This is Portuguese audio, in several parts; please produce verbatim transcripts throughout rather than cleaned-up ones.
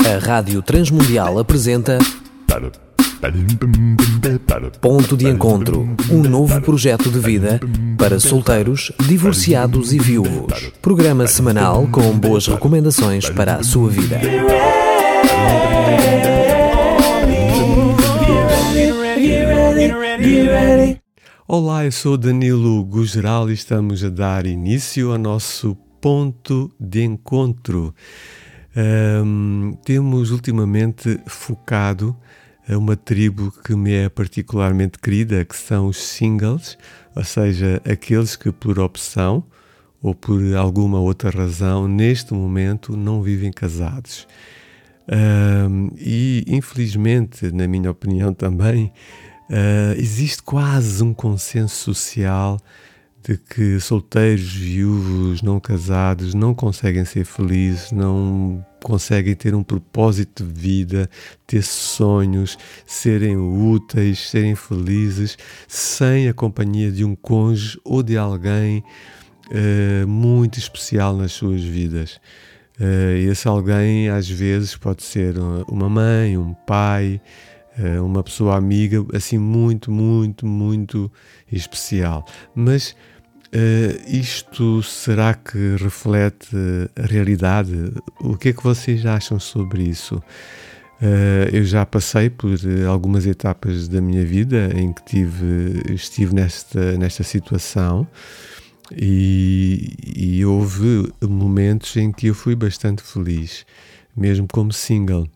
A Rádio Transmundial apresenta Ponto de Encontro, um novo projeto de vida para solteiros, divorciados e viúvos. Programa semanal com boas recomendações para a sua vida. Olá, eu sou Danilo Gugeral e estamos a dar início ao nosso Ponto de Encontro. Um, temos ultimamente focado a uma tribo que me é particularmente querida, que são os singles, ou seja, aqueles que por opção ou por alguma outra razão, neste momento, não vivem casados. Um, e, infelizmente, na minha opinião também, Uh, existe quase um consenso social de que solteiros, viúvos, não casados não conseguem ser felizes, não conseguem ter um propósito de vida, ter sonhos, serem úteis, serem felizes, sem a companhia de um cônjuge ou de alguém uh, muito especial nas suas vidas. Uh, esse alguém, às vezes, pode ser uma mãe, um pai, uma pessoa amiga, assim, muito, muito, muito especial. Mas uh, isto será que reflete a realidade? O que é que vocês acham sobre isso? Uh, eu já passei por algumas etapas da minha vida em que tive, estive nesta, nesta situação e, e houve momentos em que eu fui bastante feliz, mesmo como single.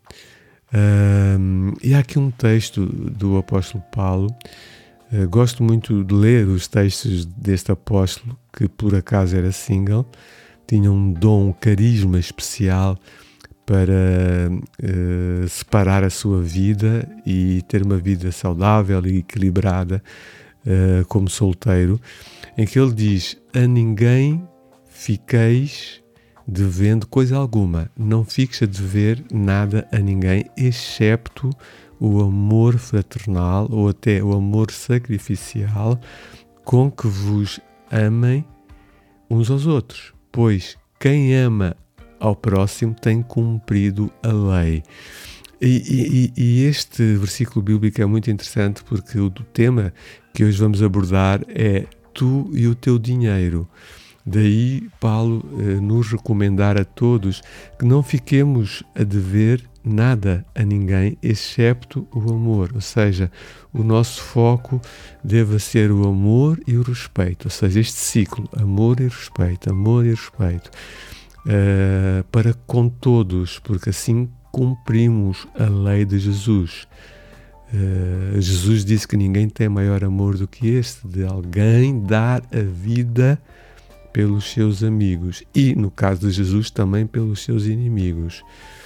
Um, e há aqui um texto do apóstolo Paulo. Uh, gosto muito de ler os textos deste apóstolo, que por acaso era single, tinha um dom, um carisma especial para uh, separar a sua vida e ter uma vida saudável e equilibrada uh, como solteiro, em que ele diz: a ninguém fiqueis devendo coisa alguma, não fiques a dever nada a ninguém, excepto o amor fraternal ou até o amor sacrificial com que vos amem uns aos outros, pois quem ama ao próximo tem cumprido a lei. E, e, e este versículo bíblico é muito interessante porque o tema que hoje vamos abordar é tu e o teu dinheiro. Daí Paulo eh, nos recomendar a todos que não fiquemos a dever nada a ninguém, excepto o amor. Ou seja, o nosso foco deve ser o amor e o respeito. Ou seja, este ciclo, amor e respeito, amor e respeito, eh, para com todos, porque assim cumprimos a lei de Jesus. Uh, Jesus disse que ninguém tem maior amor do que este, de alguém dar a vida pelos seus amigos e, no caso de Jesus, também pelos seus inimigos.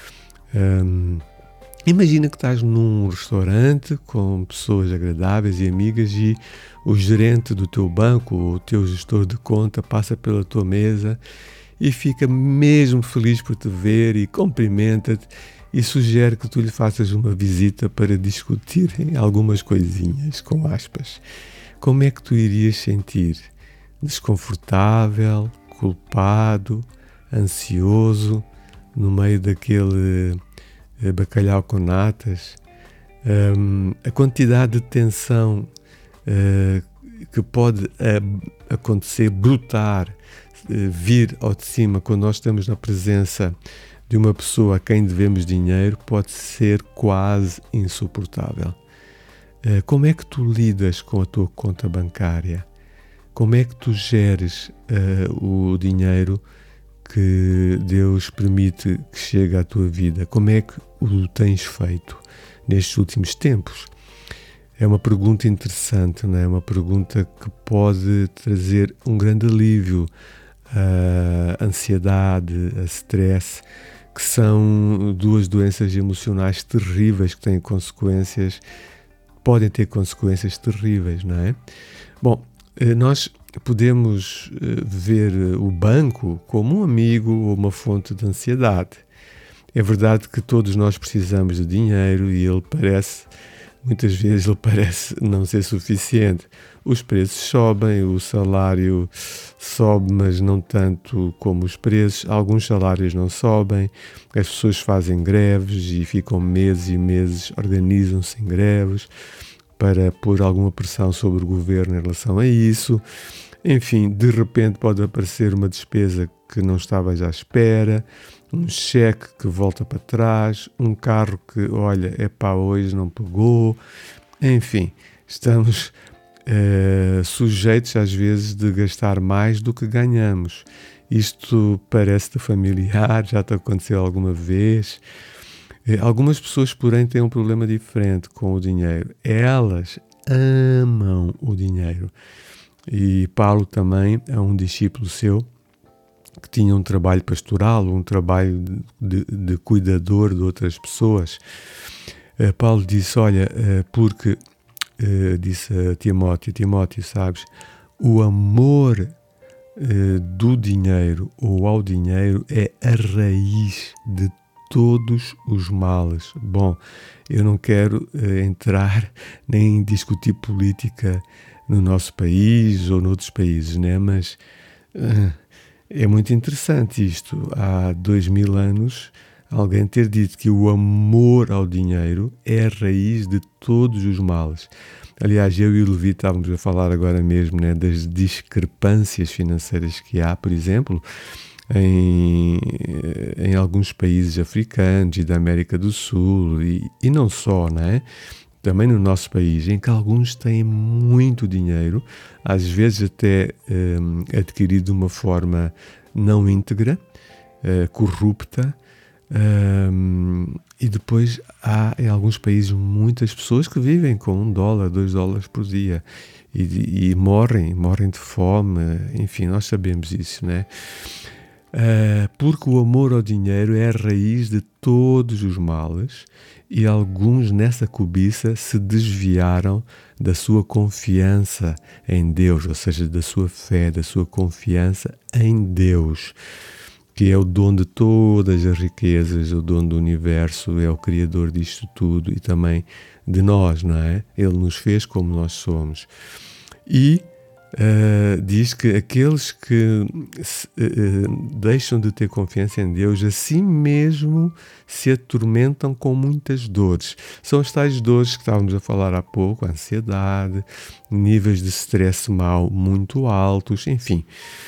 Um, imagina que estás num restaurante com pessoas agradáveis e amigas e o gerente do teu banco ou o teu gestor de conta passa pela tua mesa e fica mesmo feliz por te ver e cumprimenta-te e sugere que tu lhe faças uma visita para discutirem algumas coisinhas, com aspas. Como é que tu irias sentir? Desconfortável, culpado, ansioso, no meio daquele bacalhau com natas? Um, a quantidade de tensão uh, que pode uh, acontecer, brotar, uh, vir ao de cima quando nós estamos na presença de uma pessoa a quem devemos dinheiro, pode ser quase insuportável. Uh, como é que tu lidas com a tua conta bancária? Como é que tu geres uh, o dinheiro que Deus permite que chegue à tua vida? Como é que o tens feito nestes últimos tempos? É uma pergunta interessante, não é? Uma pergunta que pode trazer um grande alívio à ansiedade, a stress, que são duas doenças emocionais terríveis que têm consequências, podem ter consequências terríveis, não é? Bom, nós podemos ver o banco como um amigo ou uma fonte de ansiedade. É verdade que todos nós precisamos de dinheiro e ele parece muitas vezes ele parece não ser suficiente. Os preços sobem, o salário sobe, mas não tanto como os preços. Alguns salários não sobem, as pessoas fazem greves e ficam meses e meses, organizam-se em greves para pôr alguma pressão sobre o governo em relação a isso. Enfim, de repente pode aparecer uma despesa que não estavas à espera, um cheque que volta para trás, um carro que, olha, é para hoje, não pegou. Enfim, estamos uh, sujeitos às vezes de gastar mais do que ganhamos. Isto parece-te familiar, já te aconteceu alguma vez? Uh, algumas pessoas, porém, têm um problema diferente com o dinheiro. Elas amam o dinheiro. E Paulo também é um discípulo seu que tinha um trabalho pastoral, um trabalho de, de, de cuidador de outras pessoas. Uh, Paulo disse, olha, uh, porque, uh, disse a Timóteo, Timóteo, sabes, o amor uh, do dinheiro ou ao dinheiro é a raiz de todos os males. Bom, eu não quero uh, entrar nem discutir política no nosso país ou noutros países, né? Mas uh, é muito interessante isto. Há dois mil anos, alguém ter dito que o amor ao dinheiro é a raiz de todos os males. Aliás, eu e o Levi estávamos a falar agora mesmo, né, das discrepâncias financeiras que há, por exemplo, em, em alguns países africanos e da América do Sul, e, e não só, né? Também no nosso país, em que alguns têm muito dinheiro, às vezes até um, adquirido de uma forma não íntegra, uh, corrupta, um, e depois há em alguns países muitas pessoas que vivem com um dólar, dois dólares por dia e, e morrem, morrem de fome, enfim, nós sabemos isso, né? Uh, porque o amor ao dinheiro é a raiz de todos os males e alguns nessa cobiça se desviaram da sua confiança em Deus, ou seja, da sua fé, da sua confiança em Deus, que é o dono de todas as riquezas, o dono do universo, é o criador disto tudo e também de nós, não é? Ele nos fez como nós somos. E Uh, diz que aqueles que se, uh, deixam de ter confiança em Deus, assim mesmo se atormentam com muitas dores. São as tais dores que estávamos a falar há pouco, a ansiedade, níveis de stress mau muito altos, enfim.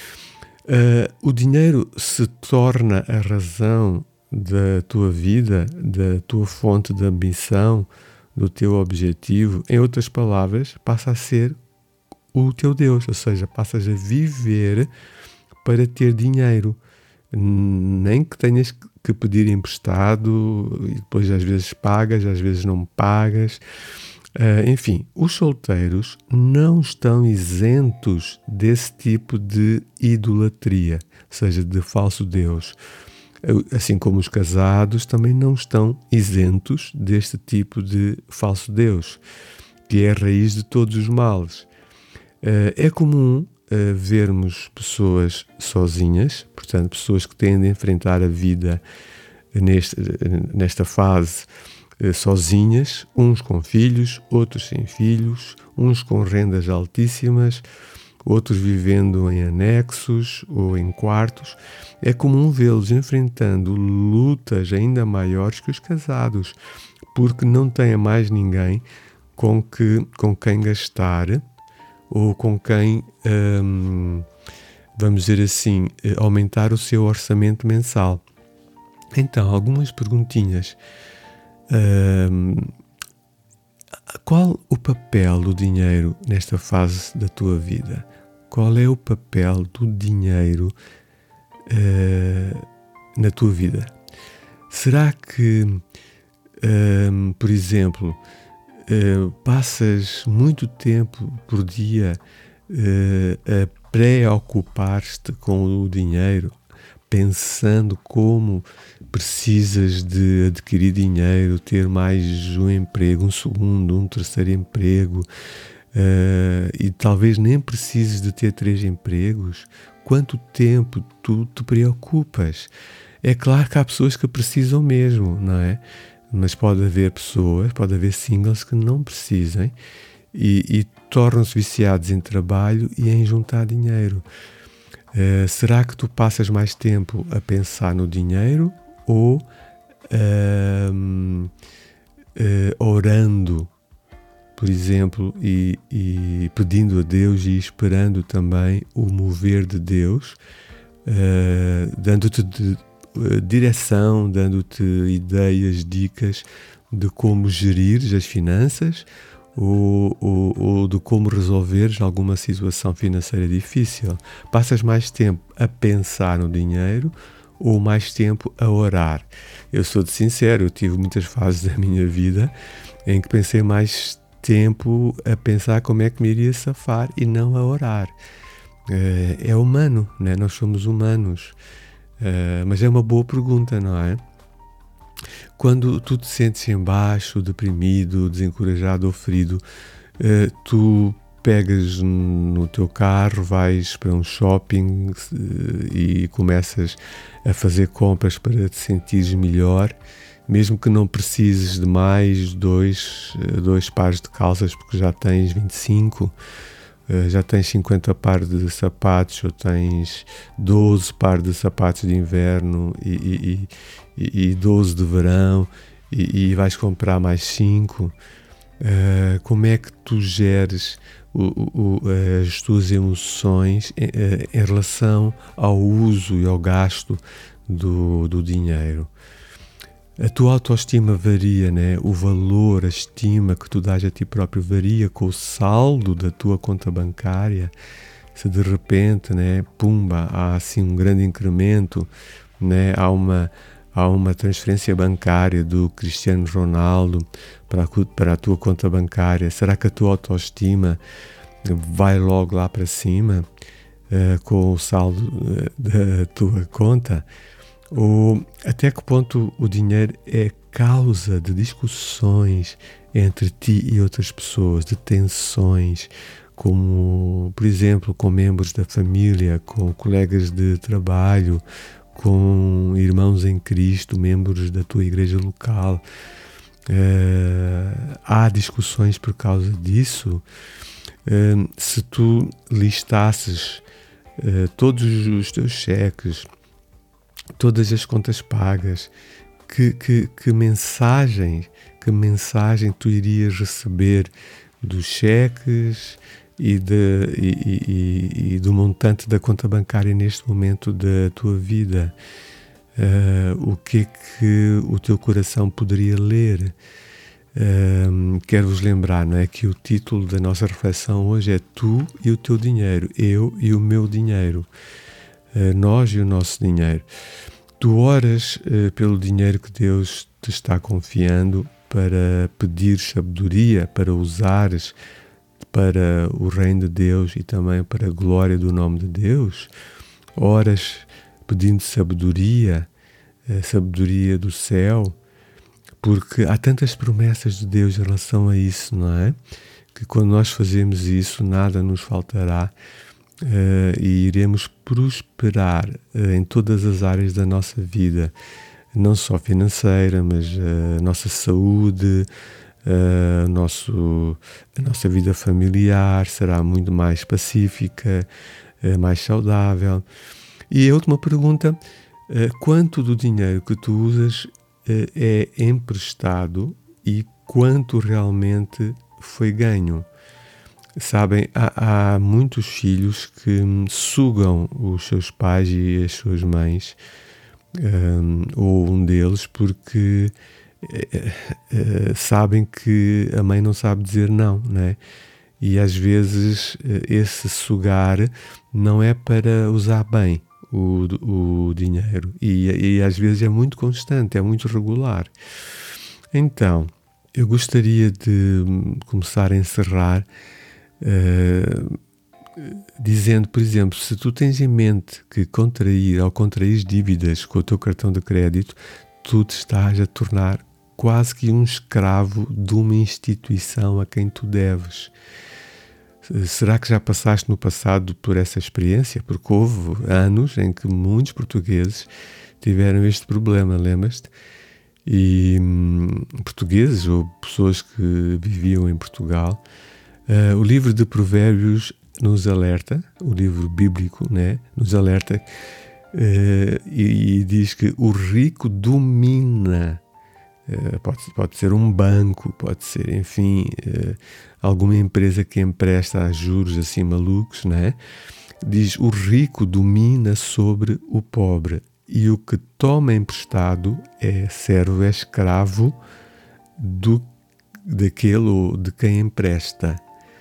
Uh, o dinheiro se torna a razão da tua vida, da tua fonte de ambição, do teu objetivo. Em outras palavras, passa a ser o teu Deus, ou seja, passas a viver para ter dinheiro, nem que tenhas que pedir emprestado e depois às vezes pagas, às vezes não pagas, uh, enfim, os solteiros não estão isentos desse tipo de idolatria, ou seja, de falso Deus, assim como os casados também não estão isentos deste tipo de falso Deus, que é a raiz de todos os males. Uh, é comum uh, vermos pessoas sozinhas, portanto, pessoas que tendem a enfrentar a vida neste, nesta fase uh, sozinhas, uns com filhos, outros sem filhos, uns com rendas altíssimas, outros vivendo em anexos ou em quartos. É comum vê-los enfrentando lutas ainda maiores que os casados, porque não têm mais ninguém com, que, com quem gastar ou com quem, hum, vamos dizer assim, aumentar o seu orçamento mensal. Então, algumas perguntinhas. Hum, qual o papel do dinheiro nesta fase da tua vida? Qual é o papel do dinheiro uh, na tua vida? Será que, hum, por exemplo, Uh, passas muito tempo por dia uh, a preocupar-te com o dinheiro, pensando como precisas de adquirir dinheiro, ter mais um emprego, um segundo, um terceiro emprego, uh, e talvez nem precises de ter três empregos? Quanto tempo tu te preocupas? É claro que há pessoas que precisam mesmo, não é? mas pode haver pessoas, pode haver singles que não precisem e, e tornam-se viciados em trabalho e em juntar dinheiro. Uh, será que tu passas mais tempo a pensar no dinheiro ou uh, uh, orando, por exemplo, e, e pedindo a Deus e esperando também o mover de Deus, uh, dando-te de, uh, direção, dando-te ideias, dicas de como gerir as finanças ou, ou, ou de como resolveres alguma situação financeira difícil? Passas mais tempo a pensar no dinheiro ou mais tempo a orar? Eu sou-te sincero, eu tive muitas fases da minha vida em que pensei mais tempo a pensar como é que me iria safar e não a orar. É, é humano, né? Nós somos humanos. É, mas é uma boa pergunta, não é? Quando tu te sentes em baixo, deprimido, desencorajado ou ferido, é, tu pegas no teu carro, vais para um shopping e começas a fazer compras para te sentires melhor, mesmo que não precises de mais dois, dois pares de calças, porque já tens vinte e cinco, já tens cinquenta pares de sapatos, ou tens doze pares de sapatos de inverno e, e, e doze de verão, e, e vais comprar mais cinco. Uh, como é que tu geres o, o, as tuas emoções em, em relação ao uso e ao gasto do, do dinheiro? A tua autoestima varia, né? O valor, a estima que tu dás a ti próprio varia com o saldo da tua conta bancária. Se de repente, né, pumba, há assim um grande incremento, né, há uma, há uma transferência bancária do Cristiano Ronaldo para a, para a tua conta bancária, será que a tua autoestima vai logo lá para cima uh, com o saldo uh, da tua conta? Ou até que ponto o dinheiro é causa de discussões entre ti e outras pessoas, de tensões, como, por exemplo, com membros da família, com colegas de trabalho, com irmãos em Cristo, membros da tua igreja local? Uh, há discussões por causa disso? Uh, se tu listasses uh, todos os teus cheques, todas as contas pagas, que, que, que mensagem, que mensagem tu irias receber dos cheques e, de, e, e, e do montante da conta bancária neste momento da tua vida? Uh, o que é que o teu coração poderia ler? Uh, quero-vos lembrar, não é, que o título da nossa reflexão hoje é Tu e o teu dinheiro, eu e o meu dinheiro. Uh, nós e o nosso dinheiro. Tu oras uh, pelo dinheiro que Deus te está confiando para pedir sabedoria, para usares para o reino de Deus e também para a glória do nome de Deus? Oras pedindo sabedoria, uh, sabedoria do céu, porque há tantas promessas de Deus em relação a isso, não é? Que quando nós fazemos isso, nada nos faltará. Uh, e iremos prosperar uh, em todas as áreas da nossa vida, não só financeira, mas uh, a nossa saúde, uh, nosso, a nossa vida familiar será muito mais pacífica, uh, mais saudável. E a última pergunta, uh, quanto do dinheiro que tu usas uh, é emprestado e quanto realmente foi ganho? Sabem, há, há muitos filhos que sugam os seus pais e as suas mães, um, ou um deles, porque uh, sabem que a mãe não sabe dizer não, né? E às vezes esse sugar não é para usar bem o, o dinheiro, e, e às vezes é muito constante, é muito regular. Então, eu gostaria de começar a encerrar Uh, dizendo, por exemplo, se tu tens em mente que contrair, ao contrair dívidas com o teu cartão de crédito, tu te estás a tornar quase que um escravo de uma instituição a quem tu deves. Será que já passaste no passado por essa experiência? Porque houve anos em que muitos portugueses tiveram este problema, lembras-te? e hum, portugueses ou pessoas que viviam em Portugal. Uh, o livro de Provérbios nos alerta, o livro bíblico, né, nos alerta uh, e, e diz que o rico domina, uh, pode, pode ser um banco, pode ser, enfim, uh, alguma empresa que empresta a juros assim malucos, né? Diz, o rico domina sobre o pobre, e o que toma emprestado é servo, é escravo do, daquele ou de quem empresta.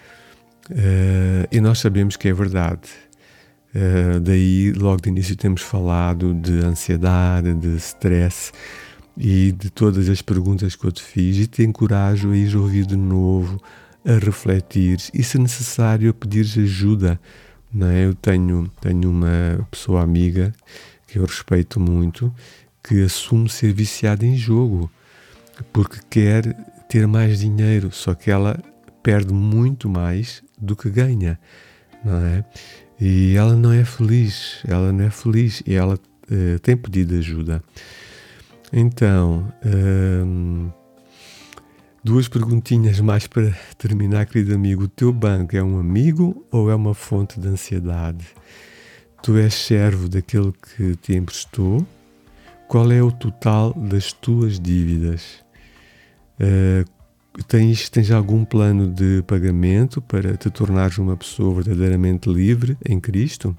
Uh, e nós sabemos que é verdade. Uh, daí, logo de início, temos falado de ansiedade, de stress e de todas as perguntas que eu te fiz, e te encorajo a ir ouvir de novo, a refletir e, se necessário, a pedir ajuda. Não é? Eu tenho, tenho uma pessoa amiga que eu respeito muito, que assume ser viciada em jogo porque quer ter mais dinheiro, só que ela perde muito mais do que ganha, não é? E ela não é feliz, ela não é feliz e ela uh, tem pedido ajuda. Então, um, duas perguntinhas mais para terminar, querido amigo. O teu banco é um amigo ou é uma fonte de ansiedade? Tu és servo daquele que te emprestou? Qual é o total das tuas dívidas? Uh, tens, tens algum plano de pagamento para te tornares uma pessoa verdadeiramente livre em Cristo?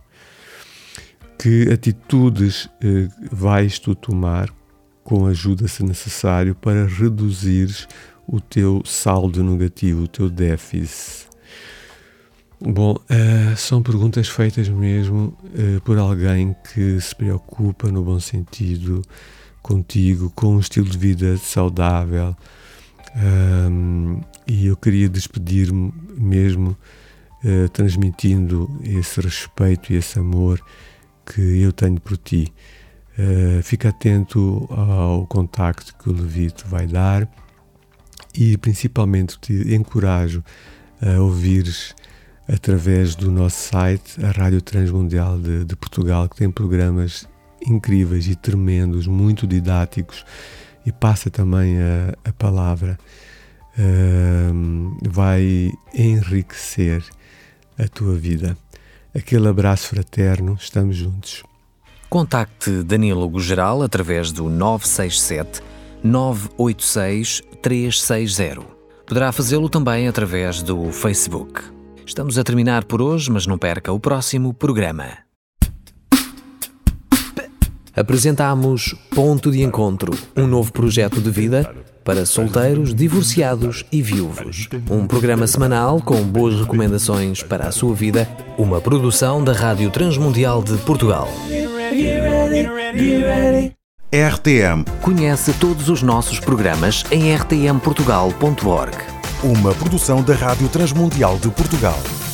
Que atitudes uh, vais tu tomar com ajuda, se necessário, para reduzires o teu saldo negativo, o teu déficit? Bom, uh, são perguntas feitas mesmo uh, por alguém que se preocupa, no bom sentido, contigo, com um estilo de vida saudável. Um, e eu queria despedir-me mesmo uh, transmitindo esse respeito e esse amor que eu tenho por ti. Uh, fica atento ao contacto que o Levi te vai dar e principalmente te encorajo a ouvires através do nosso site, a Rádio Transmundial de, de Portugal, que tem programas incríveis e tremendos, muito didáticos, e passa também a, a palavra. Uh, vai enriquecer a tua vida. Aquele abraço fraterno, estamos juntos. Contacte Danilo Gugeral através do nove seis sete, nove oito seis, três seis zero. Poderá fazê-lo também através do Facebook. Estamos a terminar por hoje, mas não perca o próximo programa. Apresentamos Ponto de Encontro, um novo projeto de vida para solteiros, divorciados e viúvos. Um programa semanal com boas recomendações para a sua vida, uma produção da Rádio Transmundial de Portugal. R T M. Conhece todos os nossos programas em r t m portugal ponto org. Uma produção da Rádio Transmundial de Portugal.